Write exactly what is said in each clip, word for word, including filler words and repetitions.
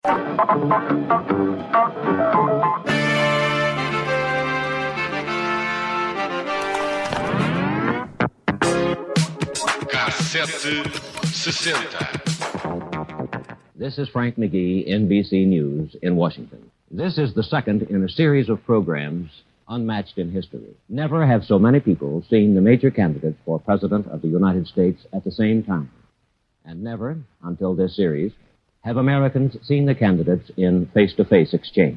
Cassete sessenta. This is Frank McGee, N B C News in Washington. This is the second in a series of programs unmatched in history. Never have so many people seen the major candidates for President of the United States at the same time. And never, until this series, have Americans seen the candidates in face-to-face exchange.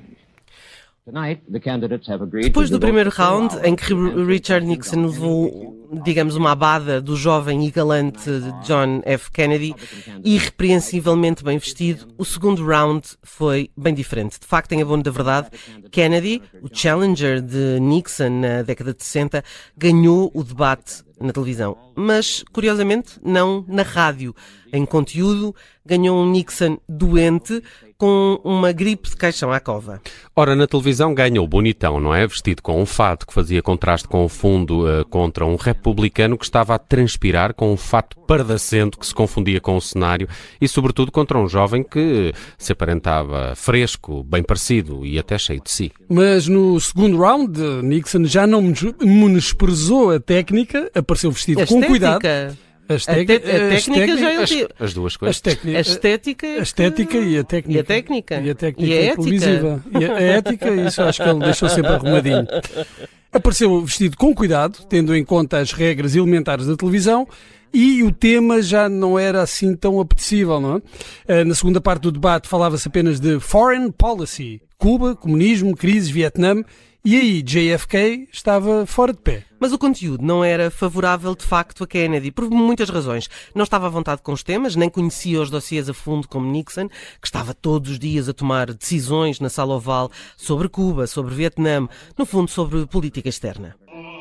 Depois do primeiro round, em que Richard Nixon levou, digamos, uma abada do jovem e galante John F. Kennedy, irrepreensivelmente bem vestido, o segundo round foi bem diferente. De facto, em abono da verdade, Kennedy, o challenger de Nixon na década de sessenta, ganhou o debate na televisão. Mas, curiosamente, não na rádio. Em conteúdo, ganhou um Nixon doente com uma gripe de caixão à cova. Ora, na televisão ganhou o bonitão, não é? Vestido com um fato que fazia contraste com o fundo uh, contra um republicano que estava a transpirar com um fato pardacento que se confundia com o cenário e, sobretudo, contra um jovem que se aparentava fresco, bem parecido e até cheio de si. Mas no segundo round, Nixon já não menosprezou a técnica, apareceu vestido a com estética. cuidado. A, te- a técnica já é as, as duas coisas. Técnica, a estética, a estética e a técnica. E a técnica. E a técnica e a ética. televisiva. E a, a ética, isso acho que ele deixou sempre arrumadinho. Apareceu vestido com cuidado, tendo em conta as regras elementares da televisão, e o tema já não era assim tão apetecível, não é? Na segunda parte do debate falava-se apenas de Foreign Policy, Cuba, comunismo, crises, Vietnã, e aí J F K estava fora de pé. Mas o conteúdo não era favorável de facto a Kennedy, por muitas razões. Não estava à vontade com os temas, nem conhecia os dossiês a fundo como Nixon, que estava todos os dias a tomar decisões na sala oval sobre Cuba, sobre Vietnã, no fundo sobre política externa.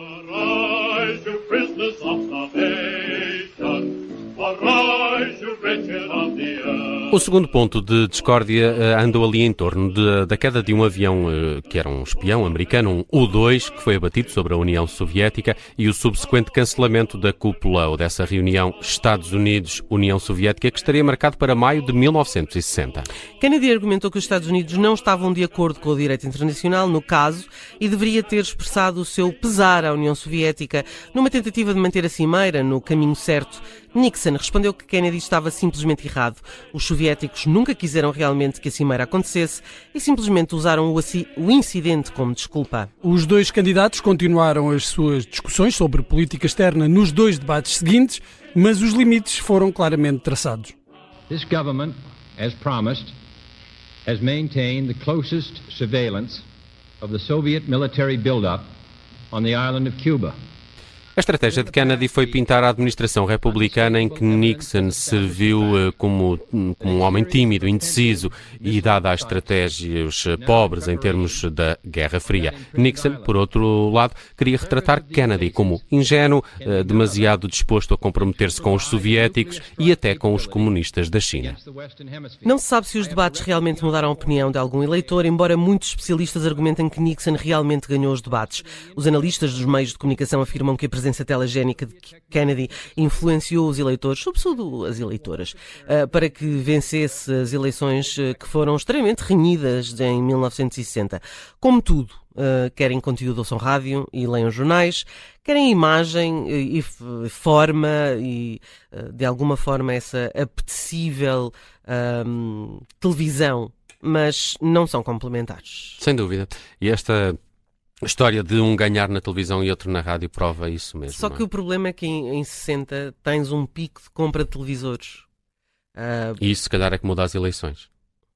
Arise, you prisoners of salvation. Arise, you wretched of the earth. O segundo ponto de discórdia uh, andou ali em torno de, da queda de um avião uh, que era um espião americano, um U dois, que foi abatido sobre a União Soviética, e o subsequente cancelamento da cúpula ou dessa reunião Estados Unidos-União Soviética, que estaria marcado para maio de mil novecentos e sessenta. Kennedy argumentou que os Estados Unidos não estavam de acordo com o direito internacional no caso e deveria ter expressado o seu pesar à União Soviética numa tentativa de manter a cimeira no caminho certo. Nixon respondeu que Kennedy estava simplesmente errado. Os soviéticos nunca quiseram realmente que a cimeira acontecesse e simplesmente usaram o, o incidente como desculpa. Os dois candidatos continuaram as suas discussões sobre política externa nos dois debates seguintes, mas os limites foram claramente traçados. This government, as promised, has maintained the closest surveillance of the Soviet military buildup on the island of Cuba. A estratégia de Kennedy foi pintar a administração republicana em que Nixon se viu uh, como, como um homem tímido, indeciso e, dada a estratégias uh, pobres em termos da Guerra Fria. Nixon, por outro lado, queria retratar Kennedy como ingênuo, uh, demasiado disposto a comprometer-se com os soviéticos e até com os comunistas da China. Não se sabe se os debates realmente mudaram a opinião de algum eleitor, embora muitos especialistas argumentem que Nixon realmente ganhou os debates. Os analistas dos meios de comunicação afirmam que a A presença telegénica de Kennedy influenciou os eleitores, sobretudo as eleitoras, para que vencesse as eleições que foram extremamente renhidas em mil novecentos e sessenta. Como tudo, querem conteúdo, ouçam rádio e leiam jornais, querem imagem e forma e, de alguma forma, essa apetecível um, televisão, mas não são complementares. Sem dúvida. E esta A história de um ganhar na televisão e outro na rádio prova isso mesmo. Só que é? o problema é que em, em sessenta tens um pico de compra de televisores. Uh... E isso se calhar é que muda as eleições.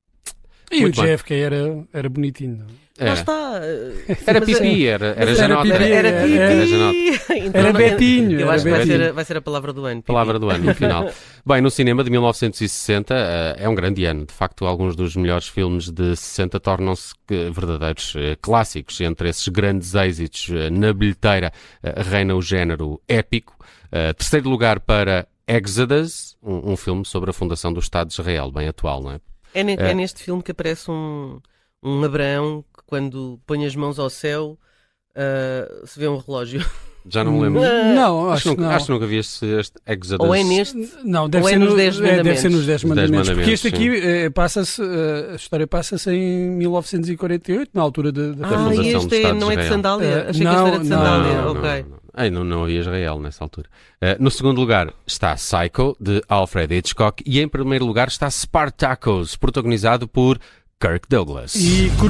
E Muito o bem. J F K era, era bonitinho. Lá está. Era Mas pipi, era, era janota. Era, era pipi. Era, Janota. Então, era Betinho. Eu acho que era vai Betinho. ser, vai ser a palavra do ano. Pipi. Palavra do ano, no final. Bem, no cinema de mil novecentos e sessenta uh, é um grande ano. De facto, alguns dos melhores filmes de sessenta tornam-se uh, verdadeiros uh, clássicos. Entre esses grandes êxitos uh, na bilheteira uh, reina o género épico. Uh, terceiro lugar para Exodus, um, um filme sobre a fundação do Estado de Israel, bem atual, não é? É, ne- é neste filme que aparece um, um Abraão que, quando põe as mãos ao céu, uh, se vê um relógio. Já não me lembro. Não, acho, Acho, que nunca, não. acho que nunca vi este, este Exodus. Ou é neste? Não, deve Ou é ser nos no- Dez é, deve Mandamentos? ser nos Dez Mandamentos. Porque Mandamentos, este aqui eh, passa-se, eh, a história passa-se em mil novecentos e quarenta e oito, na altura da da Ah, fundação e dos este é, Estados não é de de Israel. sandália? Eh, Achei não, que este era de não, sandália. Não, não, ok. não. Ei, não, não havia Israel nessa altura. Uh, no segundo lugar está Psycho, de Alfred Hitchcock. E em primeiro lugar está Spartacus, protagonizado por Kirk Douglas. E cur-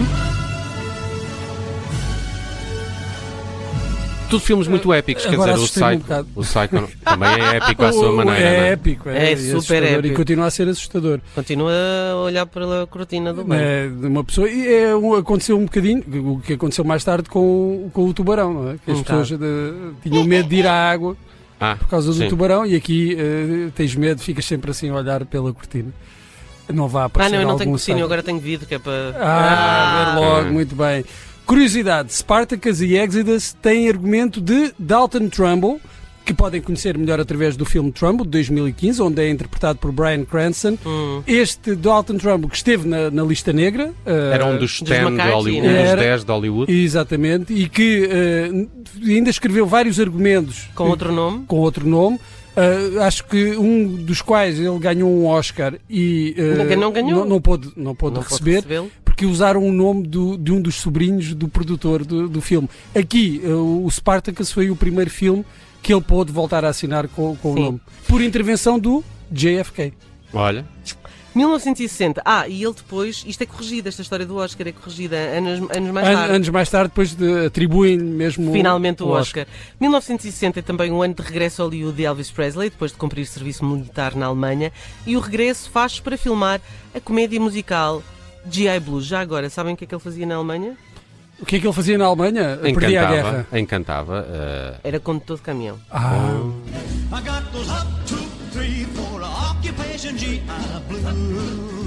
Tudo filmes muito épicos, quer Agora dizer, o assustei-me um Psycho, bocado. o Psycho também é épico à sua o- maneira. é não é? épico, É é, e super assustador, épico. E continua a ser assustador. Continua a olhar pela cortina do bem. É, de uma pessoa, e é, um- aconteceu um bocadinho o que aconteceu mais tarde com, com o tubarão, não é? Que as Um pessoas eh, tinham medo de ir à água Ah, por causa do sim. tubarão e aqui eh, tens medo, ficas sempre assim a olhar pela cortina. Não vá Ah, aparecer não, eu não algum tenho cortina, eu site. agora tenho vidro, que é para... Ah, ver logo, Ah. muito bem. Curiosidade, Spartacus e Exodus têm argumento de Dalton Trumbo, que podem conhecer melhor através do filme Trumbo, de dois mil e quinze, onde é interpretado por Bryan Cranston. Hum. Este Dalton Trumbo, que esteve na, na lista negra... eh, Era um dos Dos ten de McCarthy, Hollywood, né? um dos Era- dez de Hollywood. Exatamente, e que eh, ainda escreveu vários argumentos Com outro nome? com outro nome. Uh, acho que um dos quais ele ganhou um Oscar e uh, Não ganhou? não, não pôde, não pôde Não pode receber recebê-lo? porque usaram o nome do- de um dos sobrinhos do produtor do, do filme. Aqui, uh, o Spartacus foi o primeiro filme que ele pôde voltar a assinar com, com o Sim. nome, por intervenção do J F K. Olha, mil novecentos e sessenta. Ah, e ele depois... Isto é corrigido, esta história do Oscar é corrigida anos, anos mais An- tarde. anos mais tarde, depois de, atribuem mesmo Finalmente o Oscar. mil novecentos e sessenta é também o ano de regresso ao Hollywood de Elvis Presley, depois de cumprir serviço militar na Alemanha, e o regresso faz para filmar a comédia musical G I Blues. Já agora, sabem o que é que ele fazia na Alemanha? O que é que ele fazia na Alemanha? Perdia a guerra. encantava, encantava. uh, Era condutor de caminhão. Ah, I got those up, two, three, four, occupation G I Blue.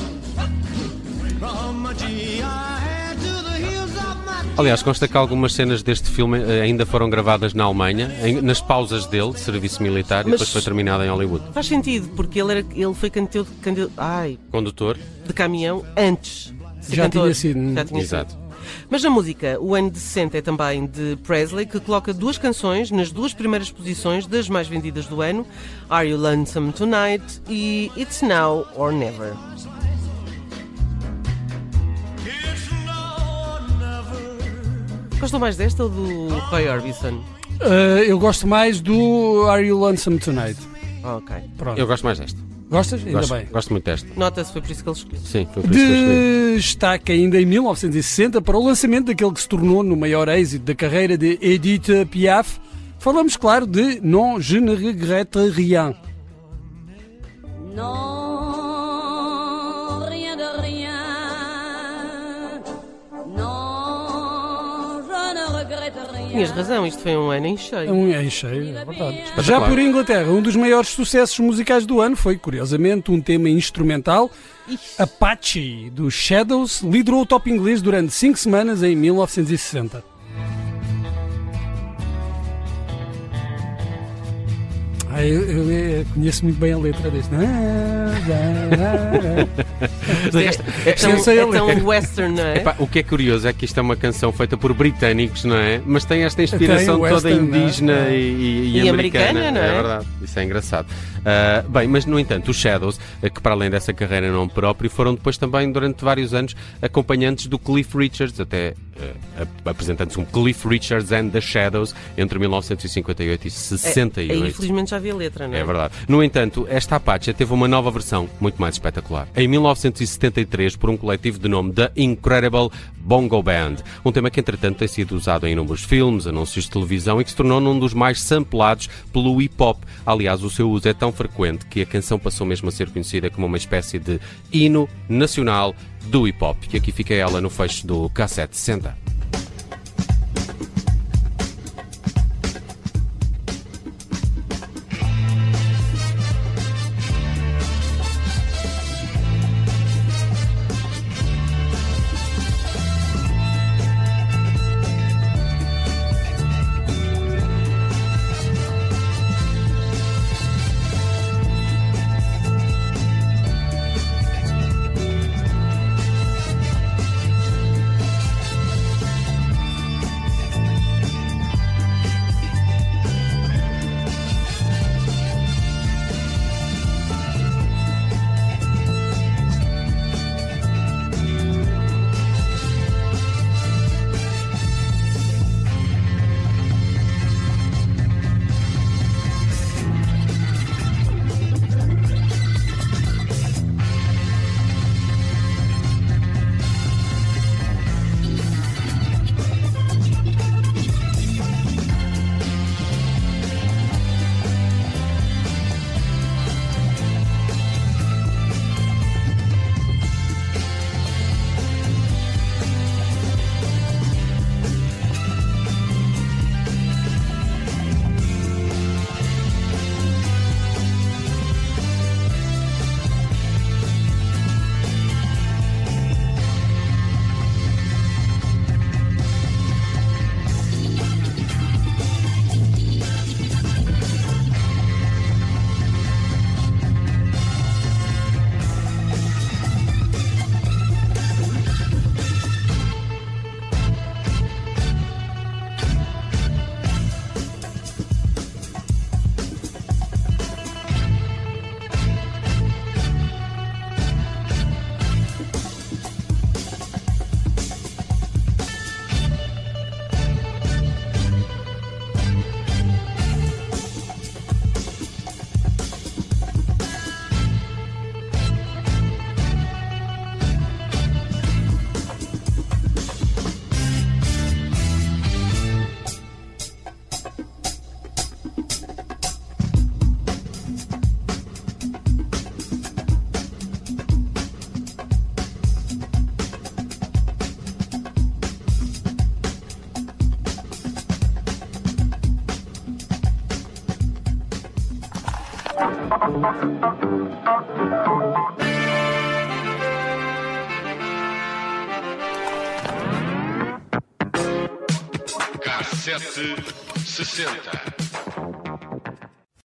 From a G I head to the heels of my... Aliás, consta que algumas cenas deste filme eh, ainda foram gravadas na Alemanha, em- nas pausas dele, de serviço militar, e Mas- depois foi terminada em Hollywood. Faz sentido, porque ele, era, ele foi cantor, cantor, ai, Condutor, de caminhão antes de ser Já cantor. tinha sido. Já tinha exato. sido. Mas na música, o ano de sessenta é também de Presley, que coloca duas canções nas duas primeiras posições das mais vendidas do ano, Are You Lonesome Tonight e It's Now or Never. Gostou mais desta ou do Roy Orbison? uh, eu gosto mais do Are You Lonesome Tonight? Oh, ok. Pronto. Eu gosto mais desta. Gostas? Ainda Gosto, bem. gosto muito desta. Nota-se, foi por isso que ele escolheu. Sim, foi por isso que eu escolhi. Destaque ainda em mil novecentos e sessenta para o lançamento daquele que se tornou no maior êxito da carreira de Edith Piaf. Falamos, claro, de Non, je ne regrette rien. Non, rien de rien. Non, je ne regrette rien. Tinhas razão, isto foi um ano em É cheio. um em cheio, é verdade. Já Espetacular. por Inglaterra, um dos maiores sucessos musicais do ano foi, curiosamente, um tema instrumental. Apache, dos Shadows, liderou o top inglês durante cinco semanas em mil novecentos e sessenta. Ah, eu, eu- eu conheço muito bem a letra deste. É tão, Eu sei a é tão letra. western, não é? Epá, o que é curioso é que isto é uma canção feita por britânicos, não é? Mas tem esta inspiração Tem o toda western, não é? indígena É. e, e, E americana. americana, não é? verdade, isso é engraçado. Ah, bem, mas no entanto, os Shadows, ah, que para além dessa carreira em nome próprio, foram depois também, durante vários anos, acompanhantes do Cliff Richards, até ah, ap- apresentando-se como Cliff Richards and the Shadows, entre mil novecentos e cinquenta e oito e sessenta e oito. Aí, felizmente, já havia letra, não é? É verdade. No entanto, esta Apache teve uma nova versão muito mais espetacular. Em mil novecentos e setenta e três, por um coletivo de nome The Incredible Bongo Band. Um tema que, entretanto, tem sido usado em inúmeros filmes, anúncios de televisão e que se tornou num dos mais samplados pelo hip-hop. Aliás, o seu uso é tão frequente que a canção passou mesmo a ser conhecida como uma espécie de hino nacional do hip-hop. E aqui fica ela no fecho do cassete sessenta. Cassete sessenta.